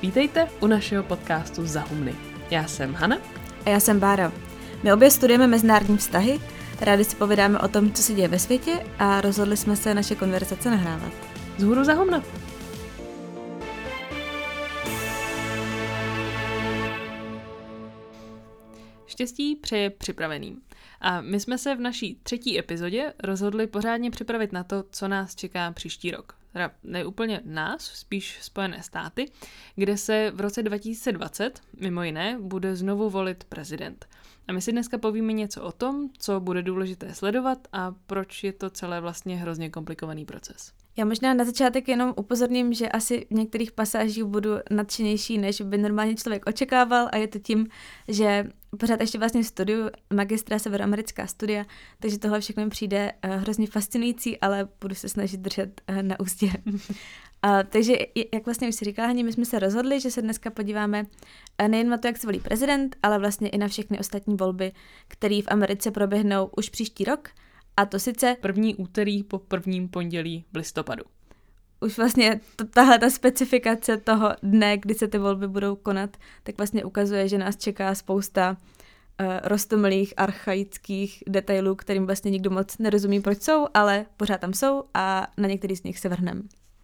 Vítejte u našeho podcastu Za humny. Já jsem Hana. A já jsem Bára. My obě studujeme mezinárodní vztahy, rádi si povídáme o tom, co se děje ve světě a rozhodli jsme se naše konverzace nahrávat. Vzhůru za humna. Štěstí přeje připraveným. A my jsme se v naší 3. epizodě rozhodli pořádně připravit na to, co nás čeká příští rok. Teda ne úplně nás, spíš Spojené státy, kde se v roce 2020, mimo jiné, bude znovu volit prezident. A my si dneska povíme něco o tom, co bude důležité sledovat a proč je to celé vlastně hrozně komplikovaný proces. Já možná na začátek jenom upozorním, že asi v některých pasážích budu nadšenější, než by normálně člověk očekával, a je to tím, že pořád ještě vlastně studuju magistra severoamerická studia, takže tohle všechno mi přijde hrozně fascinující, ale budu se snažit držet na ústě. Takže, jak vlastně už si říkala, Hani, my jsme se rozhodli, že se dneska podíváme nejen na to, jak se volí prezident, ale vlastně i na všechny ostatní volby, které v Americe proběhnou už příští rok, a to sice první úterý po prvním pondělí v listopadu. Už vlastně tahle ta specifikace toho dne, kdy se ty volby budou konat, tak vlastně ukazuje, že nás čeká spousta roztomilých, archaických detailů, kterým vlastně nikdo moc nerozumí, proč jsou, ale pořád tam jsou a na některý z nich se vrhneme.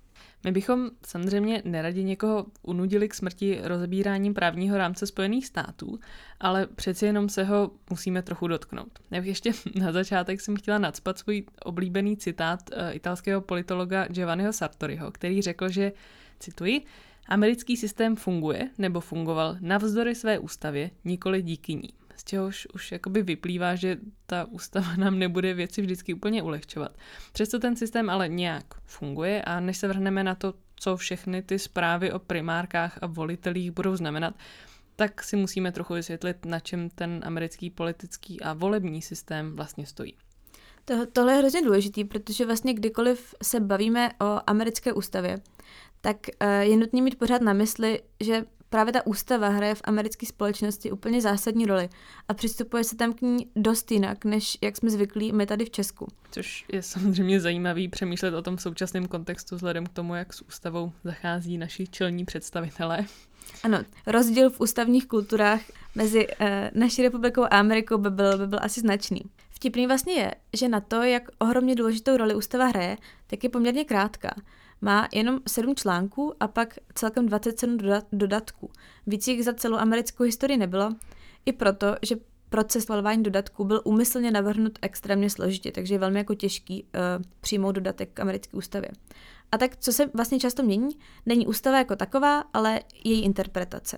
My bychom samozřejmě neradi někoho unudili k smrti rozebíráním právního rámce Spojených států, ale přeci jenom se ho musíme trochu dotknout. Já bych ještě na začátek jsem chtěla nacpat svůj oblíbený citát italského politologa Giovanniho Sartoriho, který řekl, že, cituji, americký systém funguje nebo fungoval navzdory své ústavě, nikoli díky ní. Z čehož už jakoby vyplývá, že ta ústava nám nebude věci vždycky úplně ulehčovat. Přesto ten systém ale nějak funguje a než se vrhneme na to, co všechny ty zprávy o primárkách a volitelích budou znamenat, tak si musíme trochu vysvětlit, na čem ten americký politický a volební systém vlastně stojí. Tohle je hrozně důležitý, protože vlastně kdykoliv se bavíme o americké ústavě, tak je nutné mít pořád na mysli, že právě ta ústava hraje v americké společnosti úplně zásadní roli a přistupuje se tam k ní dost jinak, než jak jsme zvyklí my tady v Česku. Což je samozřejmě zajímavý přemýšlet o tom v současném kontextu vzhledem k tomu, jak s ústavou zachází naši čelní představitelé. Ano, rozdíl v ústavních kulturách mezi naší republikou a Amerikou by byl asi značný. Vtipný vlastně je, že na to, jak ohromně důležitou roli ústava hraje, tak je poměrně krátká. Má jenom 7 článků a pak celkem 27 dodatků. Víc jich za celou americkou historii nebylo, i proto, že proces schvalování dodatků byl úmyslně navrhnut extrémně složitě, takže je velmi jako těžký přijmout dodatek k americké ústavě. A tak, co se vlastně často mění, není ústava jako taková, ale její interpretace.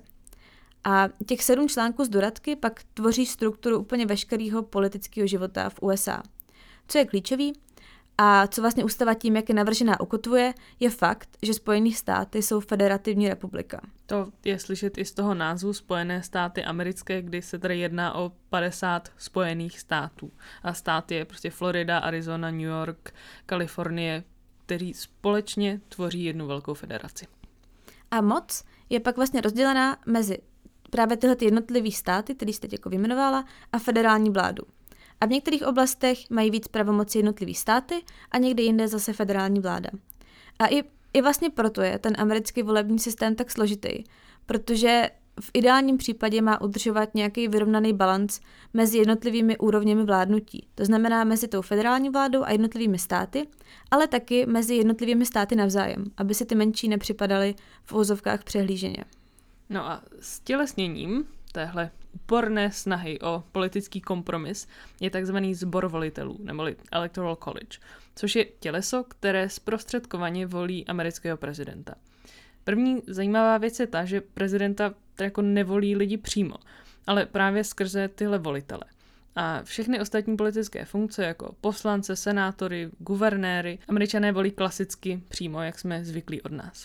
A těch 7 článků z dodatky pak tvoří strukturu úplně veškerého politického života v USA. Co je klíčový a co vlastně ústava tím, jak je navržená, ukotvuje, je fakt, že Spojené státy jsou federativní republika. To je slyšet i z toho názvu Spojené státy americké, kdy se tady jedná o 50 spojených států. A stát je prostě Florida, Arizona, New York, Kalifornie, kteří společně tvoří jednu velkou federaci. A moc je pak vlastně rozdělená mezi právě tyhle jednotlivý státy, který jste jako vyjmenovala, a federální vládu. A v některých oblastech mají víc pravomoci jednotlivý státy a někde jinde zase federální vláda. A i vlastně proto je ten americký volební systém tak složitý, protože v ideálním případě má udržovat nějaký vyrovnaný balanc mezi jednotlivými úrovněmi vládnutí. To znamená mezi tou federální vládou a jednotlivými státy, ale taky mezi jednotlivými státy navzájem, aby si ty menší nepřipadaly v uvozovkách přehlíženě. No a s tělesněním téhle úporné snahy o politický kompromis je takzvaný sbor volitelů, neboli Electoral College, což je těleso, které zprostředkovaně volí amerického prezidenta. První zajímavá věc je ta, že prezidenta jako nevolí lidi přímo, ale právě skrze tyhle volitele. A všechny ostatní politické funkce, jako poslance, senátory, guvernéry, Američané volí klasicky přímo, jak jsme zvyklí od nás.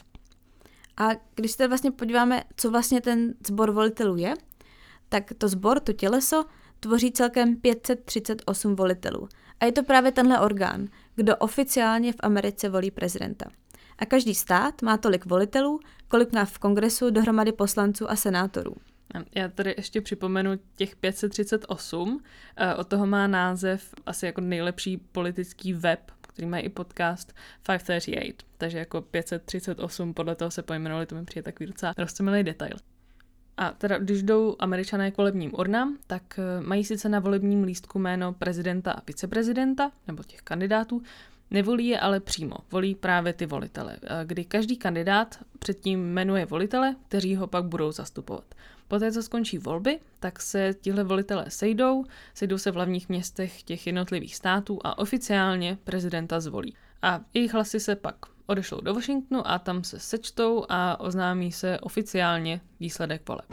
A když se vlastně podíváme, co vlastně ten sbor volitelů je, tak to sbor, to těleso, tvoří celkem 538 volitelů. A je to právě tenhle orgán, kdo oficiálně v Americe volí prezidenta. A každý stát má tolik volitelů, kolik má v kongresu dohromady poslanců a senátorů. Já tady ještě připomenu těch 538, od toho má název asi jako nejlepší politický web, který mají i podcast 538, takže jako 538, podle toho se pojmenovali, to mi přijde takový docela roztomilý detail. A teda, když jdou Američané k volebním urnám, tak mají sice na volebním lístku jméno prezidenta a viceprezidenta, nebo těch kandidátů, nevolí je ale přímo, volí právě ty volitele, kdy každý kandidát předtím jmenuje volitele, kteří ho pak budou zastupovat. Poté, co skončí volby, tak se tihle volitelé sejdou se v hlavních městech těch jednotlivých států a oficiálně prezidenta zvolí. A jejich hlasy se pak odešlou do Washingtonu a tam se sečtou a oznámí se oficiálně výsledek voleb.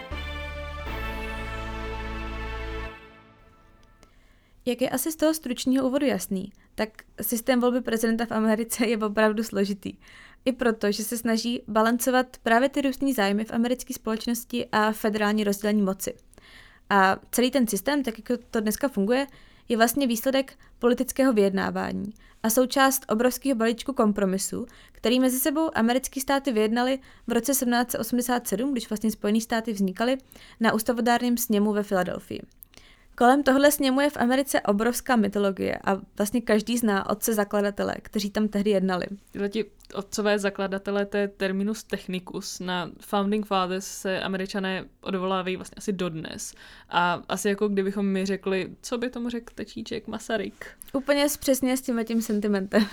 Jak je asi z toho stručného úvodu jasný, tak systém volby prezidenta v Americe je opravdu složitý. I proto, že se snaží balancovat právě ty různý zájmy v americké společnosti a federální rozdělení moci. A celý ten systém, tak jak to dneska funguje, je vlastně výsledek politického vyjednávání a součást obrovského balíčku kompromisu, který mezi sebou americké státy vyjednaly v roce 1787, když vlastně Spojené státy vznikaly, na ústavodárném sněmu ve Filadelfii. Kolem tohle sněmu je v Americe obrovská mytologie a vlastně každý zná otce zakladatele, kteří tam tehdy jednali. Tyhleti otcové zakladatelé, to je terminus technicus. Na Founding Fathers se Američané odvolávají vlastně asi dodnes. A asi jako kdybychom mi řekli, co by tomu řekl Tečíček, Masaryk. Úplně přesně s tím sentimentem.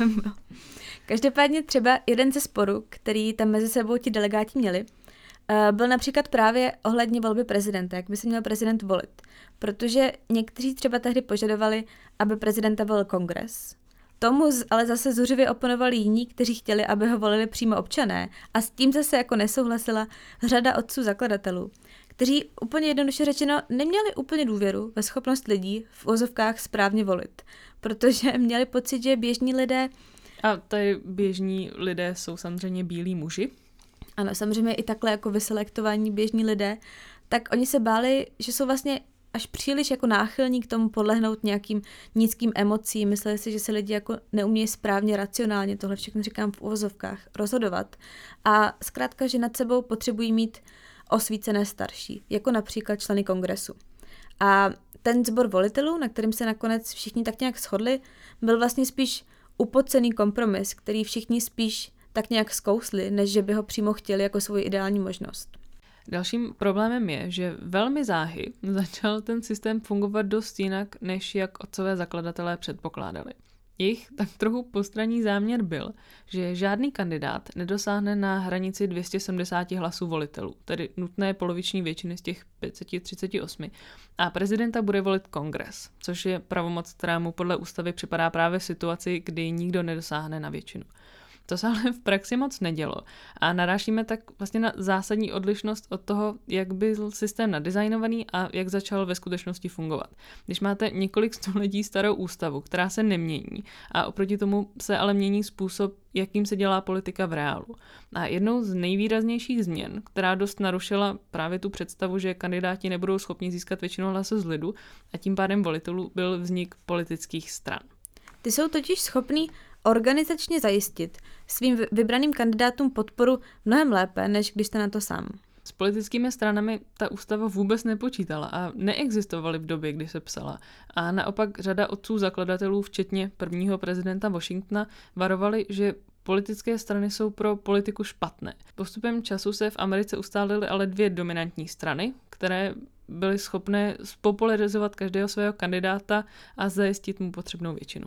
Každopádně třeba jeden ze sporů, který tam mezi sebou ti delegáti měli, byl například právě ohledně volby prezidenta, jak by se měl prezident volit. Protože někteří třeba tehdy požadovali, aby prezidenta volil kongres. Tomu ale zase zuřivě oponovali jiní, kteří chtěli, aby ho volili přímo občané. A s tím zase jako nesouhlasila řada otců zakladatelů, kteří úplně jednoduše řečeno neměli úplně důvěru ve schopnost lidí v uvozovkách správně volit. Protože měli pocit, že běžní lidé... A tady běžní lidé jsou samozřejmě bílí muži. Ano, samozřejmě i takhle jako vyselektovaní běžní lidé, tak oni se báli, že jsou vlastně až příliš jako náchylní k tomu podlehnout nějakým nízkým emocím. Mysleli si, že se lidi jako neumějí správně, racionálně, tohle všechno říkám v uvozovkách, rozhodovat. A zkrátka, že nad sebou potřebují mít osvícené starší, jako například členy kongresu. A ten sbor volitelů, na kterým se nakonec všichni tak nějak shodli, byl vlastně spíš upodcený kompromis, který všichni spíš tak nějak zkousli, než že by ho přímo chtěli jako svou ideální možnost. Dalším problémem je, že velmi záhy začal ten systém fungovat dost jinak, než jak otcové zakladatelé předpokládali. Jejich tak trochu postranní záměr byl, že žádný kandidát nedosáhne na hranici 270 hlasů volitelů, tedy nutné poloviční většiny z těch 538, a prezidenta bude volit kongres, což je pravomoc, která mu podle ústavy připadá právě v situaci, kdy nikdo nedosáhne na většinu. To se ale v praxi moc nedělo a narážíme tak vlastně na zásadní odlišnost od toho, jak byl systém nadizajnovaný a jak začal ve skutečnosti fungovat. Když máte několik století starou ústavu, která se nemění a oproti tomu se ale mění způsob, jakým se dělá politika v reálu. A jednou z nejvýraznějších změn, která dost narušila právě tu představu, že kandidáti nebudou schopni získat většinu hlasů z lidu a tím pádem volitelů, byl vznik politických stran. Ty jsou totiž schopný organizačně zajistit svým vybraným kandidátům podporu mnohem lépe, než když jste na to sám. S politickými stranami ta ústava vůbec nepočítala a neexistovaly v době, kdy se psala. A naopak řada otců zakladatelů, včetně prvního prezidenta Washingtona, varovali, že politické strany jsou pro politiku špatné. Postupem času se v Americe ustálily ale dvě dominantní strany, které byly schopné spopularizovat každého svého kandidáta a zajistit mu potřebnou většinu.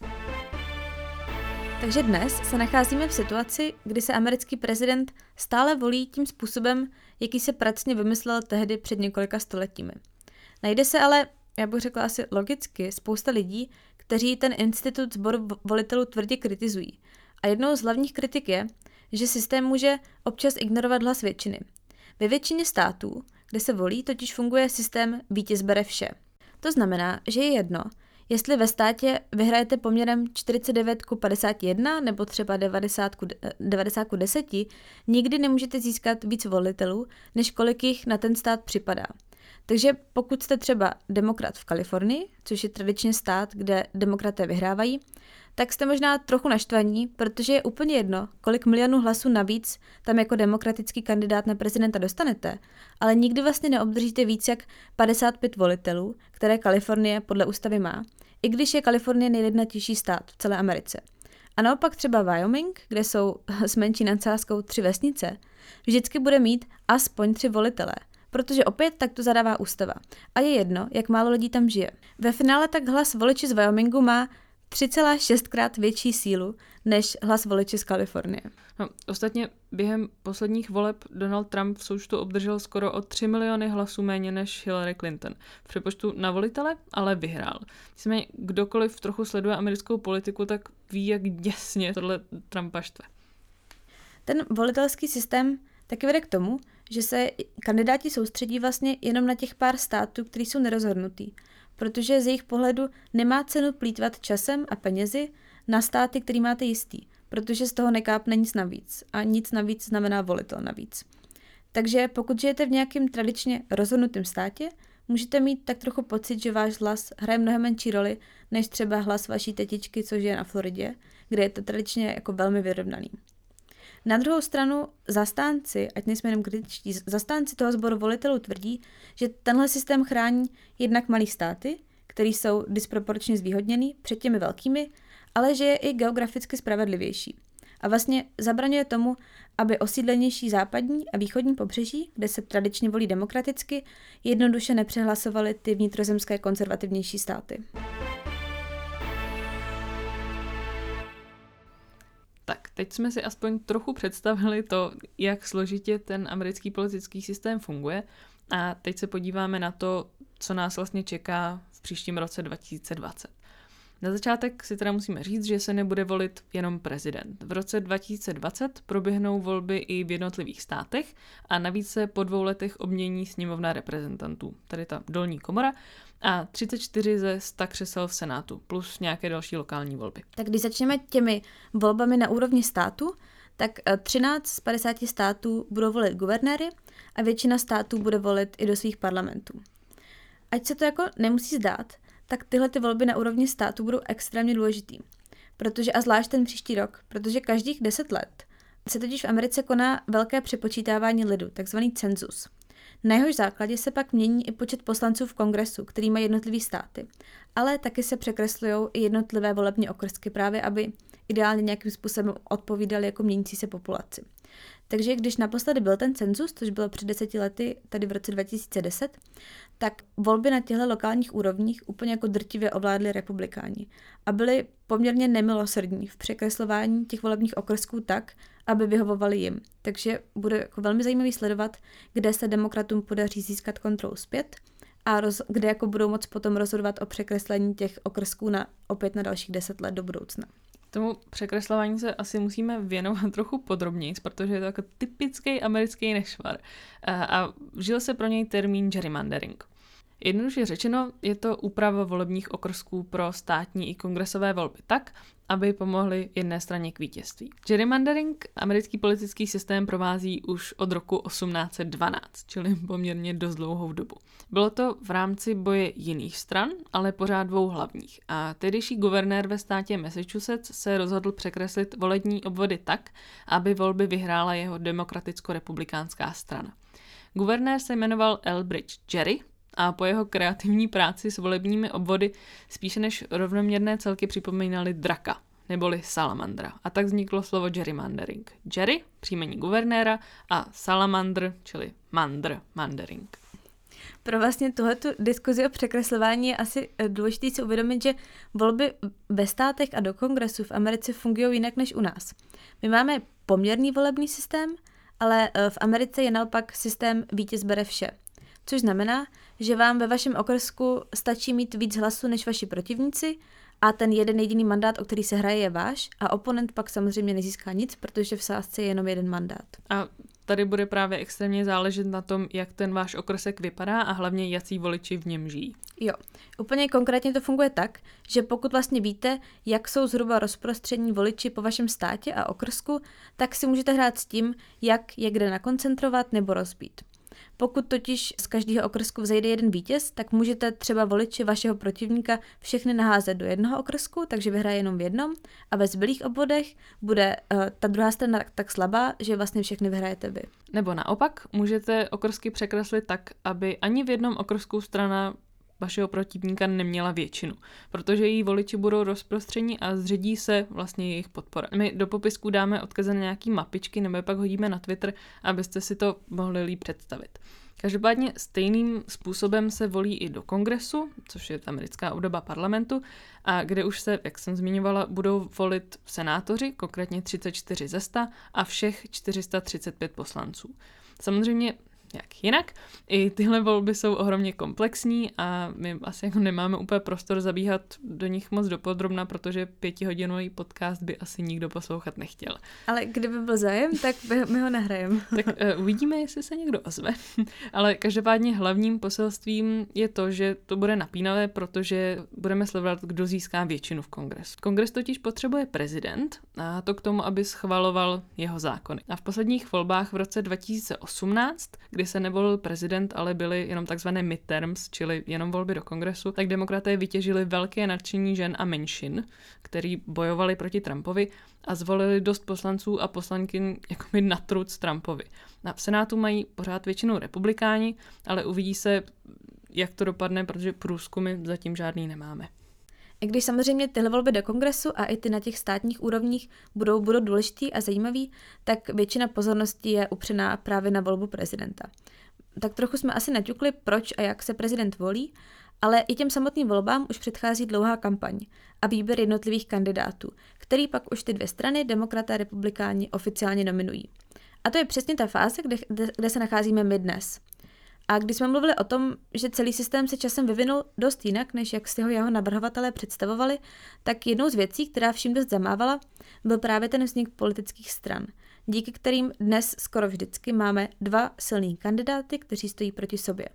Takže dnes se nacházíme v situaci, kdy se americký prezident stále volí tím způsobem, jaký se pracně vymyslel tehdy před několika stoletími. Najde se ale, já bych řekla asi logicky, spousta lidí, kteří ten institut sboru volitelů tvrdě kritizují. A jednou z hlavních kritik je, že systém může občas ignorovat hlas většiny. Ve většině států, kde se volí, totiž funguje systém vítěz bere vše. To znamená, že je jedno, jestli ve státě vyhrajete poměrem 49:51 nebo třeba 90:10, nikdy nemůžete získat víc volitelů, než kolik jich na ten stát připadá. Takže pokud jste třeba demokrat v Kalifornii, což je tradičně stát, kde demokraté vyhrávají, tak jste možná trochu naštvaní, protože je úplně jedno, kolik milionů hlasů navíc tam jako demokratický kandidát na prezidenta dostanete, ale nikdy vlastně neobdržíte víc jak 55 volitelů, které Kalifornie podle ústavy má, i když je Kalifornie nejlidnatější stát v celé Americe. A naopak třeba Wyoming, kde jsou s menší nadsázkou 3 vesnice, vždycky bude mít aspoň 3 volitele, protože opět tak to zadává ústava. A je jedno, jak málo lidí tam žije. Ve finále tak hlas voliči z Wyomingu má 3,6krát větší sílu než hlas voliči z Kalifornie. No, ostatně během posledních voleb Donald Trump v součtu obdržel skoro o 3 miliony hlasů méně než Hillary Clinton. V přepočtu na volitele ale vyhrál. Nicméně kdokoliv trochu sleduje americkou politiku, tak ví, jak děsně tohle Trumpa štve. Ten volitelský systém taky vede k tomu, že se kandidáti soustředí vlastně jenom na těch pár států, který jsou nerozhodnutý, protože z jejich pohledu nemá cenu plýtvat časem a penězi na státy, který máte jistý, protože z toho nekápne nic navíc a nic navíc znamená volitel navíc. Takže pokud žijete v nějakém tradičně rozhodnutém státě, můžete mít tak trochu pocit, že váš hlas hraje mnohem menší roli než třeba hlas vaší tetičky, což je na Floridě, kde je to tradičně jako velmi vyrovnaný. Na druhou stranu zastánci, ať nejsme jenom kritičtí, zastánci toho sboru volitelů tvrdí, že tenhle systém chrání jednak malý státy, který jsou disproporčně zvýhodněný před těmi velkými, ale že je i geograficky spravedlivější. A vlastně zabraňuje tomu, aby osídlenější západní a východní pobřeží, kde se tradičně volí demokraticky, jednoduše nepřehlasovaly ty vnitrozemské konzervativnější státy. Tak, teď jsme si aspoň trochu představili to, jak složitě ten americký politický systém funguje a teď se podíváme na to, co nás vlastně čeká v příštím roce 2020. Na začátek si teda musíme říct, že se nebude volit jenom prezident. V roce 2020 proběhnou volby i v jednotlivých státech a navíc se po 2 letech obmění sněmovna reprezentantů, tady ta dolní komora, a 34 ze 100 křesel v Senátu, plus nějaké další lokální volby. Tak když začneme těmi volbami na úrovni státu, tak 13 z 50 států budou volit guvernéry a většina států bude volit i do svých parlamentů. Ať se to jako nemusí zdát, tak tyhle ty volby na úrovni státu budou extrémně důležitý. Protože, a zvlášť ten příští rok, protože každých 10 let se totiž v Americe koná velké přepočítávání lidu, takzvaný cenzus. Na jehož základě se pak mění i počet poslanců v kongresu, který mají jednotlivý státy. Ale taky se překreslují i jednotlivé volební okrsky právě, aby ideálně nějakým způsobem odpovídaly jako měnící se populaci. Takže když naposledy byl ten cenzus, což bylo před 10 lety, tady v roce 2010, tak volby na těchto lokálních úrovních úplně jako drtivě ovládli republikáni a byli poměrně nemilosrdní v překreslování těch volebních okrsků tak, aby vyhovovali jim. Takže bude jako velmi zajímavý sledovat, kde se demokratům podaří získat kontrolu zpět a kde jako budou moct potom rozhodovat o překreslení těch okrsků opět na dalších 10 let do budoucna. Tomu překreslování se asi musíme věnovat trochu podrobněji, protože je to jako typický americký nešvar. A vžil se pro něj termín gerrymandering. Jednoduše řečeno, je to úprava volebních okrsků pro státní i kongresové volby tak, aby pomohly jedné straně k vítězství. Gerrymandering americký politický systém provází už od roku 1812, čili poměrně dost dlouhou dobu. Bylo to v rámci boje jiných stran, ale pořád 2 hlavních. A tehdejší guvernér ve státě Massachusetts se rozhodl překreslit volební obvody tak, aby volby vyhrála jeho demokraticko-republikánská strana. Guvernér se jmenoval Elbridge Gerry, a po jeho kreativní práci s volebními obvody spíše než rovnoměrné celky připomínaly draka, neboli salamandra. A tak vzniklo slovo gerrymandering. Gerry, příjmení guvernéra, a salamandr, čili mandering. Pro vlastně tuhletu diskuzi o překreslování je asi důležité si uvědomit, že volby ve státech a do kongresu v Americe fungují jinak než u nás. My máme poměrný volební systém, ale v Americe je naopak systém vítěz bere vše. Což znamená, že vám ve vašem okrsku stačí mít víc hlasů než vaši protivníci a ten jeden jediný mandát, o který se hraje, je váš a oponent pak samozřejmě nezíská nic, protože v sázce je jenom jeden mandát. A tady bude právě extrémně záležet na tom, jak ten váš okrsek vypadá a hlavně jací voliči v něm žijí. Jo, úplně konkrétně to funguje tak, že pokud vlastně víte, jak jsou zhruba rozprostření voliči po vašem státě a okrsku, tak si můžete hrát s tím, jak je kde nakoncentrovat nebo rozbít. Pokud totiž z každého okrsku vzejde jeden vítěz, tak můžete třeba voliči vašeho protivníka všechny naházet do jednoho okrsku, takže vyhraje jenom v jednom a ve zbylých obvodech bude ta druhá strana tak slabá, že vlastně všechny vyhrajete vy. Nebo naopak, můžete okrsky překreslit tak, aby ani v jednom okrsku strana vašeho protivníka neměla většinu, protože její voliči budou rozprostření a zředí se vlastně jejich podpora. My do popisku dáme odkazy na nějaký mapičky nebo je pak hodíme na Twitter, abyste si to mohli líp představit. Každopádně stejným způsobem se volí i do kongresu, což je americká obdoba parlamentu, a kde už se, jak jsem zmiňovala, budou volit senátoři, konkrétně 34 ze 100 a všech 435 poslanců. Samozřejmě jak jinak. I tyhle volby jsou ohromně komplexní a my asi jako nemáme úplně prostor zabíhat do nich moc dopodrobna, protože 5hodinový podcast by asi nikdo poslouchat nechtěl. Ale kdyby byl zájem, tak my ho nahrajeme. Tak uvidíme, jestli se někdo ozve. Ale každopádně hlavním poselstvím je to, že to bude napínavé, protože budeme sledovat, kdo získá většinu v kongresu. Kongres totiž potřebuje prezident a to k tomu, aby schvaloval jeho zákony. A v posledních volbách v roce 2018, kdy se nevolil prezident, ale byly jenom takzvané midterms, čili jenom volby do kongresu, tak demokraté vytěžili velké nadšení žen a menšin, který bojovali proti Trumpovi a zvolili dost poslanců a poslankyň jakoby na truc Trumpovi. Na Senátu mají pořád většinou republikáni, ale uvidí se, jak to dopadne, protože průzkumy zatím žádný nemáme. I když samozřejmě tyhle volby do kongresu a i ty na těch státních úrovních budou důležitý a zajímavý, tak většina pozornosti je upřená právě na volbu prezidenta. Tak trochu jsme asi naťukli, proč a jak se prezident volí, ale i těm samotným volbám už předchází dlouhá kampaň a výběr jednotlivých kandidátů, který pak už ty dvě strany, demokraté a republikáni, oficiálně nominují. A to je přesně ta fáze, kde se nacházíme my dnes. A když jsme mluvili o tom, že celý systém se časem vyvinul dost jinak, než jak si ho jeho navrhovatelé představovali, tak jednou z věcí, která vším dost zamávala, byl právě ten vznik politických stran, díky kterým dnes skoro vždycky máme dva silný kandidáty, kteří stojí proti sobě.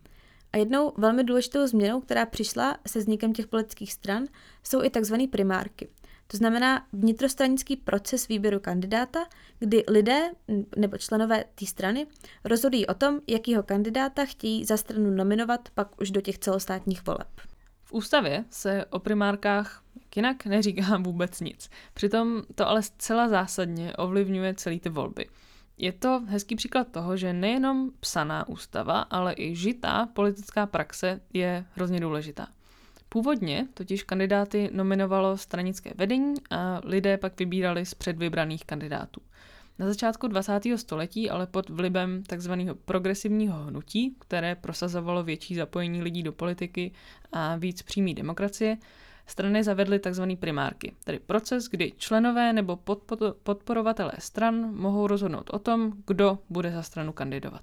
A jednou velmi důležitou změnou, která přišla se vznikem těch politických stran, jsou i tzv. Primárky. To znamená vnitrostranický proces výběru kandidáta, kdy lidé nebo členové té strany rozhodují o tom, jakýho kandidáta chtějí za stranu nominovat pak už do těch celostátních voleb. V ústavě se o primárkách jinak neříká vůbec nic. Přitom to ale zcela zásadně ovlivňuje celý ty volby. Je to hezký příklad toho, že nejenom psaná ústava, ale i žitá politická praxe je hrozně důležitá. Původně totiž kandidáty nominovalo stranické vedení a lidé pak vybírali z předvybraných kandidátů. Na začátku 20. století ale pod vlivem tzv. Progresivního hnutí, které prosazovalo větší zapojení lidí do politiky a víc přímé demokracie, strany zavedly tzv. Primárky, tedy proces, kdy členové nebo podporovatelé stran mohou rozhodnout o tom, kdo bude za stranu kandidovat.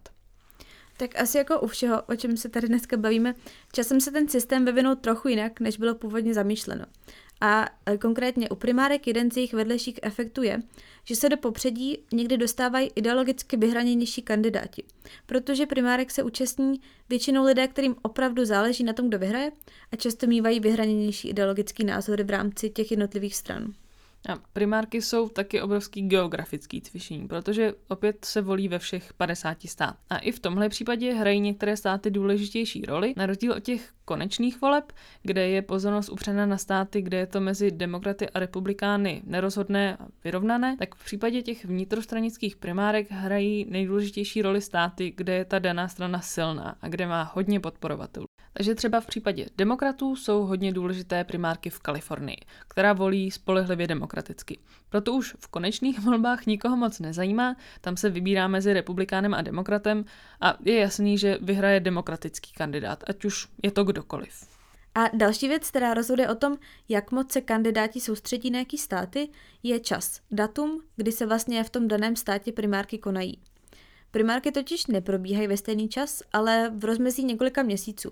Tak asi jako u všeho, o čem se tady dneska bavíme, časem se ten systém vyvinul trochu jinak, než bylo původně zamýšleno. A konkrétně u primárek jeden z jejich vedlejších efektů je, že se do popředí někdy dostávají ideologicky vyhraněnější kandidáti, protože primárek se účastní většinou lidé, kterým opravdu záleží na tom, kdo vyhraje, a často mívají vyhraněnější ideologický názory v rámci těch jednotlivých stran. A primárky jsou taky obrovský geografický cvičení, protože opět se volí ve všech 50 státech. A i v tomhle případě hrají některé státy důležitější roli, na rozdíl od těch konečných voleb, kde je pozornost upřena na státy, kde je to mezi demokraty a republikány nerozhodné a vyrovnané, tak v případě těch vnitrostranických primárek hrají nejdůležitější roli státy, kde je ta daná strana silná a kde má hodně podporovatelů. Takže třeba v případě demokratů jsou hodně důležité primárky v Kalifornii, která volí spolehlivě demokraticky. Proto už v konečných volbách nikoho moc nezajímá, tam se vybírá mezi republikánem a demokratem a je jasný, že vyhraje demokratický kandidát, ať už je to kdokoliv. A další věc, která rozhoduje o tom, jak moc se kandidáti soustředí na jaký státy, je čas, datum, kdy se vlastně v tom daném státě primárky konají. Primárky totiž neprobíhají ve stejný čas, ale v rozmezí několika měsíců.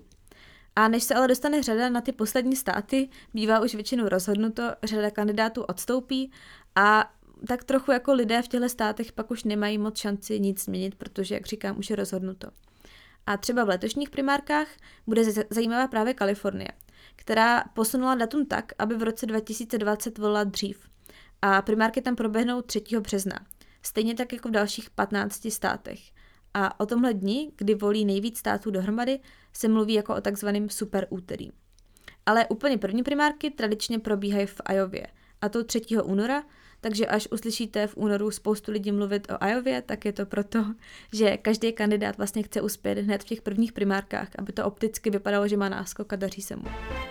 A než se ale dostane řada na ty poslední státy, bývá už většinou rozhodnuto, řada kandidátů odstoupí a tak trochu jako lidé v těchto státech pak už nemají moc šanci nic změnit, protože, jak říkám, už je rozhodnuto. A třeba v letošních primárkách bude zajímavá právě Kalifornie, která posunula datum tak, aby v roce 2020 volila dřív. A primárky tam proběhnou 3. března, stejně tak jako v dalších 15 státech. A o tomhle dni, kdy volí nejvíc států dohromady, se mluví jako o takzvaném super úterý. Ale úplně první primárky tradičně probíhají v Iově, a to 3. února, takže až uslyšíte v únoru spoustu lidí mluvit o Iově, tak je to proto, že každý kandidát vlastně chce uspět hned v těch prvních primárkách, aby to opticky vypadalo, že má náskok a daří se mu.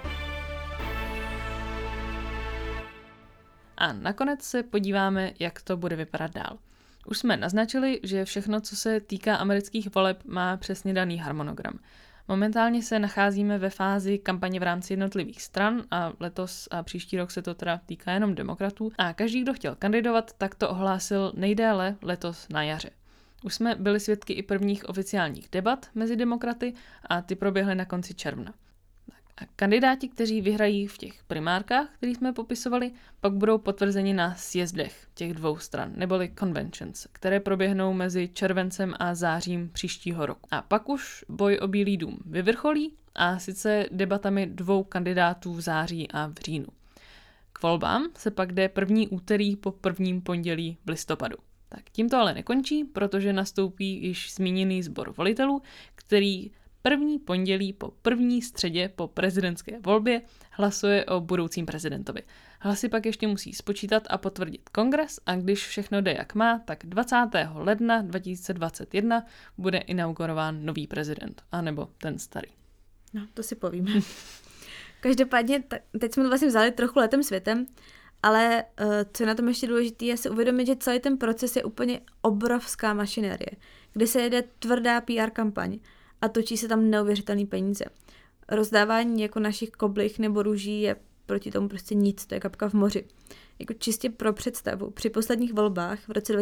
A nakonec se podíváme, jak to bude vypadat dál. Už jsme naznačili, že všechno, co se týká amerických voleb, má přesně daný harmonogram. Momentálně se nacházíme ve fázi kampaně v rámci jednotlivých stran a letos a příští rok se to teda týká jenom demokratů a každý, kdo chtěl kandidovat, tak to ohlásil nejdéle letos na jaře. Už jsme byli svědky i prvních oficiálních debat mezi demokraty a ty proběhly na konci června. A kandidáti, kteří vyhrají v těch primárkách, které jsme popisovali, pak budou potvrzeni na sjezdech těch dvou stran, neboli conventions, které proběhnou mezi červencem a zářím příštího roku. A pak už boj o Bílý dům vyvrcholí, a sice debatami dvou kandidátů v září a v říjnu. K volbám se pak jde první úterý po prvním pondělí v listopadu. Tak tím to ale nekončí, protože nastoupí již zmíněný sbor volitelů, který první pondělí po první středě po prezidentské volbě hlasuje o budoucím prezidentovi. Hlasy pak ještě musí spočítat a potvrdit kongres a když všechno jde jak má, tak 20. ledna 2021 bude inaugurován nový prezident, anebo ten starý. No, to si povíme. Každopádně, teď jsme to vlastně vzali trochu letem světem, ale co je na tom ještě důležité, je si uvědomit, že celý ten proces je úplně obrovská mašinérie, kdy se jede tvrdá PR kampaň a točí se tam neuvěřitelné peníze. Rozdávání jako našich koblih nebo růží je proti tomu prostě nic, to je kapka v moři. Jako čistě pro představu, při posledních volbách v roce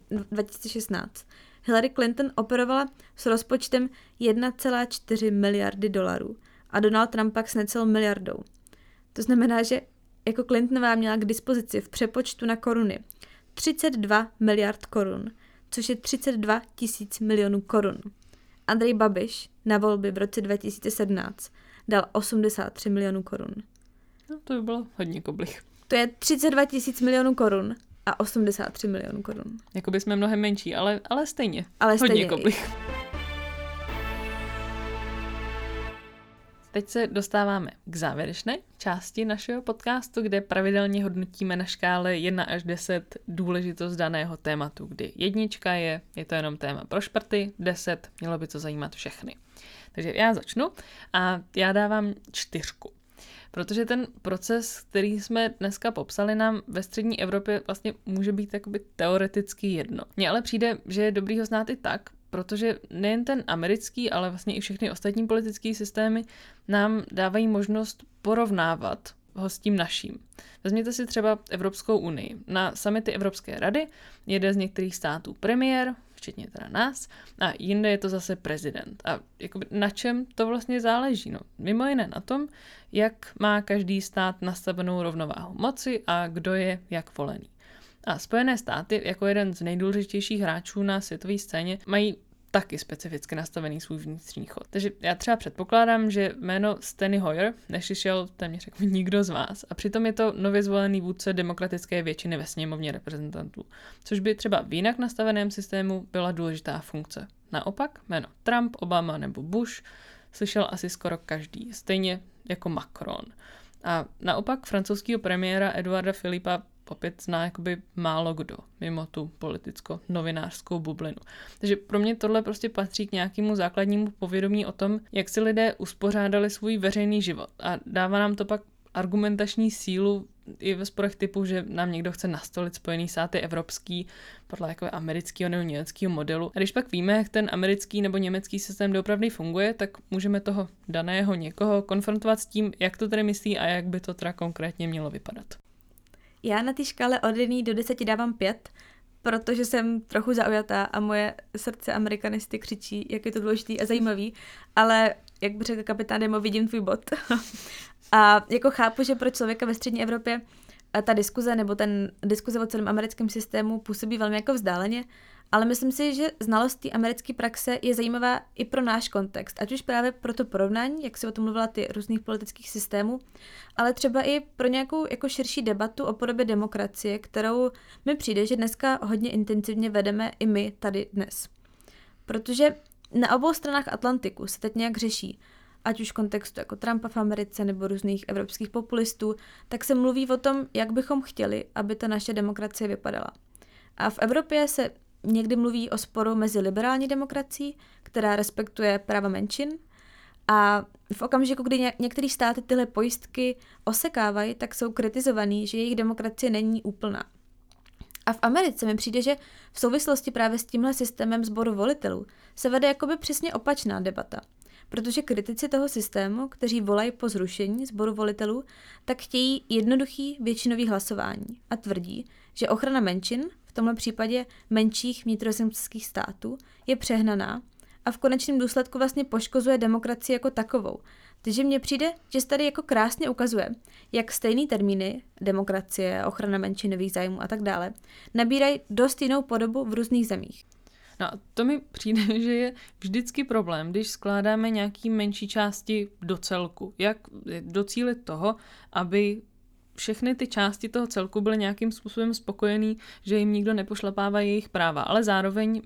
2016 Hillary Clinton operovala s rozpočtem 1,4 miliardy dolarů a Donald Trump pak s necelou miliardou. To znamená, že jako Clintonová měla k dispozici v přepočtu na koruny 32 miliard korun, což je 32 000 milionů korun. Andrej Babiš na volby v roce 2017 dal 83 milionů korun. No, to by bylo hodně koblih. To je 32 000 milionů korun a 83 milionů korun. Jakoby jsme mnohem menší, ale stejně. Ale hodně stejně. koblih. Teď se dostáváme k závěrečné části našeho podcastu, kde pravidelně hodnotíme na škále 1 až 10 důležitost daného tématu, kdy 1 je to jenom téma pro šprty, 10 mělo by to zajímat všechny. Takže já začnu a já dávám 4. Protože ten proces, který jsme dneska popsali, nám ve střední Evropě vlastně může být jakoby teoreticky jedno. Mně ale přijde, že je dobrý ho znát i tak, protože nejen ten americký, ale vlastně i všechny ostatní politické systémy nám dávají možnost porovnávat ho s tím naším. Vezměte si třeba Evropskou unii. Na summity Evropské rady jede z některých států premiér, včetně teda nás, a jinde je to zase prezident. A jakoby na čem to vlastně záleží? No, mimo jiné na tom, jak má každý stát nastavenou rovnováhu moci a kdo je jak volený. A Spojené státy, jako jeden z nejdůležitějších hráčů na světové scéně, mají taky specificky nastavený svůj vnitřní chod. Takže já třeba předpokládám, že jméno Steny Hoyer neslyšel téměř jako nikdo z vás a přitom je to nově zvolený vůdce demokratické většiny ve sněmovně reprezentantů, což by třeba v jinak nastaveném systému byla důležitá funkce. Naopak jméno Trump, Obama nebo Bush slyšel asi skoro každý, stejně jako Macron. A naopak francouzského premiéra Eduarda Philippa opět zná jakoby málo kdo, mimo tu politicko-novinářskou bublinu. Takže pro mě tohle prostě patří k nějakému základnímu povědomí o tom, jak si lidé uspořádali svůj veřejný život. A dává nám to pak argumentační sílu i ve sporech typu, že nám někdo chce nastolit Spojený státy evropský podle jako amerického nebo německého modelu. A když pak víme, jak ten americký nebo německý systém doopravdy funguje, tak můžeme toho daného někoho konfrontovat s tím, jak to tedy myslí a jak by to teda konkrétně mělo vypadat. Já na té škále od 1 do 10 dávám 5, protože jsem trochu zaujatá a moje srdce amerikanisty křičí, jak je to důležitý a zajímavý, ale jak by řekl kapitán Nemo, vidím tvůj bod. A jako chápu, že pro člověka ve střední Evropě ta diskuze nebo ten diskuze o celém americkém systému působí velmi jako vzdáleně, ale myslím si, že znalost té americké praxe je zajímavá i pro náš kontext, ať už právě pro to porovnání, jak si o tom mluvila, ty různých politických systémů, ale třeba i pro nějakou jako širší debatu o podobě demokracie, kterou mi přijde, že dneska hodně intenzivně vedeme i my tady dnes. Protože na obou stranách Atlantiku se teď nějak řeší, ať už v kontextu jako Trumpa v Americe nebo různých evropských populistů, tak se mluví o tom, jak bychom chtěli, aby ta naše demokracie vypadala. A v Evropě se někdy mluví o sporu mezi liberální demokracií, která respektuje práva menšin, a v okamžiku, kdy některé státy tyhle pojistky osekávají, tak jsou kritizovaný, že jejich demokracie není úplná. A v Americe mi přijde, že v souvislosti právě s tímhle systémem sboru volitelů se vede jakoby přesně opačná debata. Protože kritici toho systému, kteří volají po zrušení sboru volitelů, tak chtějí jednoduchý většinový hlasování a tvrdí, že ochrana menšin, v tomhle případě menších vnitrozemských států, je přehnaná a v konečném důsledku vlastně poškozuje demokracii jako takovou. Takže mně přijde, že se tady jako krásně ukazuje, jak stejný termíny, demokracie, ochrana menšinových zájmů a tak dále, nabírají dost jinou podobu v různých zemích. No a to mi přijde, že je vždycky problém, když skládáme nějaký menší části do celku. Jak docílit toho, aby všechny ty části toho celku byly nějakým způsobem spokojený, že jim nikdo nepošlapává jejich práva. Ale zároveň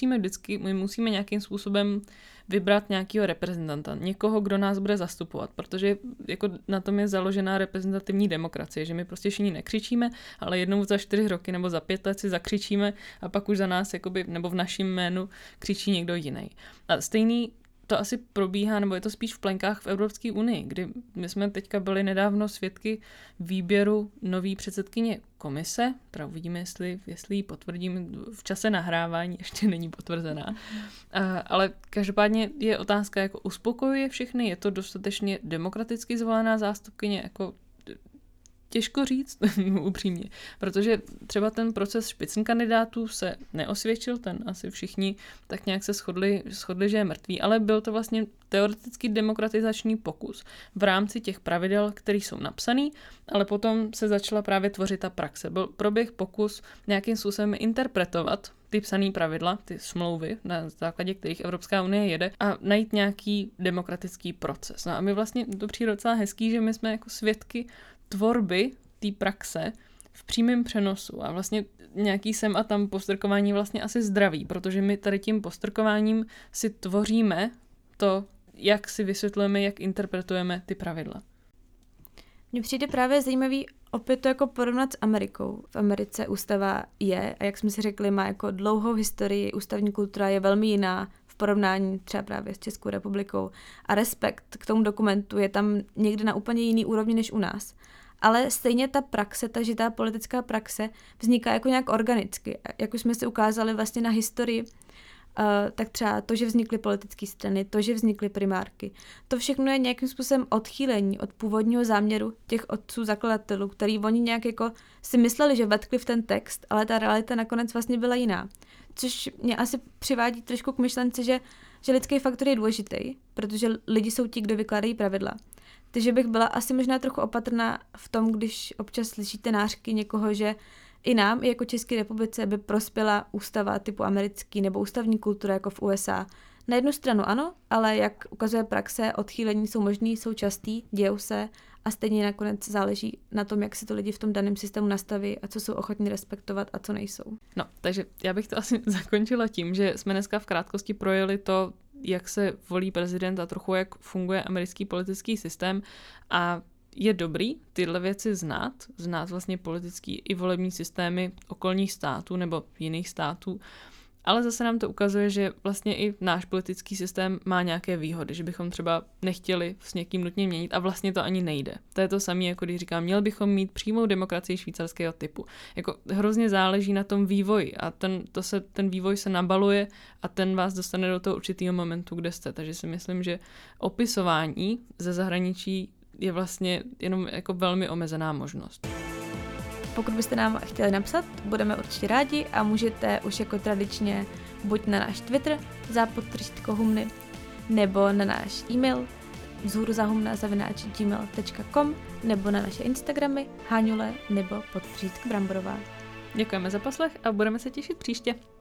my musíme nějakým způsobem vybrat nějakého reprezentanta, někoho, kdo nás bude zastupovat, protože jako na tom je založená reprezentativní demokracie, že my prostě všichni nekřičíme, ale jednou za 4 roky nebo za 5 let si zakřičíme a pak už za nás jakoby, nebo v našem jménu křičí někdo jiný. A stejný to asi probíhá, nebo je to spíš v plenkách v Evropské unii, kdy my jsme teďka byli nedávno svědky výběru nový předsedkyně komise, teda uvidíme, jestli ji potvrdím, v čase nahrávání ještě není potvrzená, ale každopádně je otázka, jako uspokojuje všechny, je to dostatečně demokraticky zvolená zástupkyně, jako těžko říct, upřímně, protože třeba ten proces špicenkandidátů se neosvědčil, ten asi všichni tak nějak se shodli, že je mrtvý, ale byl to vlastně teoreticky demokratizační pokus v rámci těch pravidel, které jsou napsaný, ale potom se začala právě tvořit ta praxe. Proběh pokus nějakým způsobem interpretovat ty psané pravidla, ty smlouvy, na základě kterých Evropská unie jede, a najít nějaký demokratický proces. No a my vlastně to přijde docela hezký, že my jsme jako svědky tvorby té praxe v přímém přenosu a vlastně nějaký sem a tam postrkování vlastně asi zdravý, protože my tady tím postrkováním si tvoříme to, jak si vysvětlujeme, jak interpretujeme ty pravidla. Mně přijde právě zajímavý opět to jako porovnat s Amerikou. V Americe ústava je, a jak jsme si řekli, má jako dlouhou historii, ústavní kultura je velmi jiná v porovnání třeba právě s Českou republikou a respekt k tomu dokumentu je tam někde na úplně jiný úrovni než u nás. Ale stejně ta praxe, ta žitá politická praxe vzniká jako nějak organicky. Jak už jsme si ukázali vlastně na historii, tak třeba to, že vznikly politické strany, to, že vznikly primárky, to všechno je nějakým způsobem odchýlení od původního záměru těch otců zakladatelů, který oni nějak jako si mysleli, že vetkli v ten text, ale ta realita nakonec vlastně byla jiná. Což mě asi přivádí trošku k myšlence, že lidský faktor je důležitý, protože lidi jsou ti, kdo vykládají pravidla. Takže bych byla asi možná trochu opatrná v tom, když občas slyšíte nářky někoho, že i nám, i jako České republice, by prospěla ústava typu americký nebo ústavní kultura jako v USA. Na jednu stranu ano, ale jak ukazuje praxe, odchýlení jsou možný, jsou častý, dějou se a stejně nakonec záleží na tom, jak si to lidi v tom daném systému nastaví a co jsou ochotní respektovat a co nejsou. No, takže já bych to asi zakončila tím, že jsme dneska v krátkosti projeli to, jak se volí prezident a trochu jak funguje americký politický systém a je dobrý tyhle věci znát vlastně politický i volební systémy okolních států nebo jiných států, ale zase nám to ukazuje, že vlastně i náš politický systém má nějaké výhody, že bychom třeba nechtěli s někým nutně měnit a vlastně to ani nejde. To je to samé, jako když říkám, měl bychom mít přímou demokracii švýcarského typu. Jako hrozně záleží na tom vývoji a ten vývoj se nabaluje a ten vás dostane do toho určitého momentu, kde jste. Takže si myslím, že opisování ze zahraničí je vlastně jenom jako velmi omezená možnost. Pokud byste nám chtěli napsat, budeme určitě rádi a můžete už jako tradičně buď na náš Twitter _humny nebo na náš e-mail vzhůruzahumna@gmail.com nebo na naše Instagramy Háňule nebo _Bramborová. Děkujeme za poslech a budeme se těšit příště.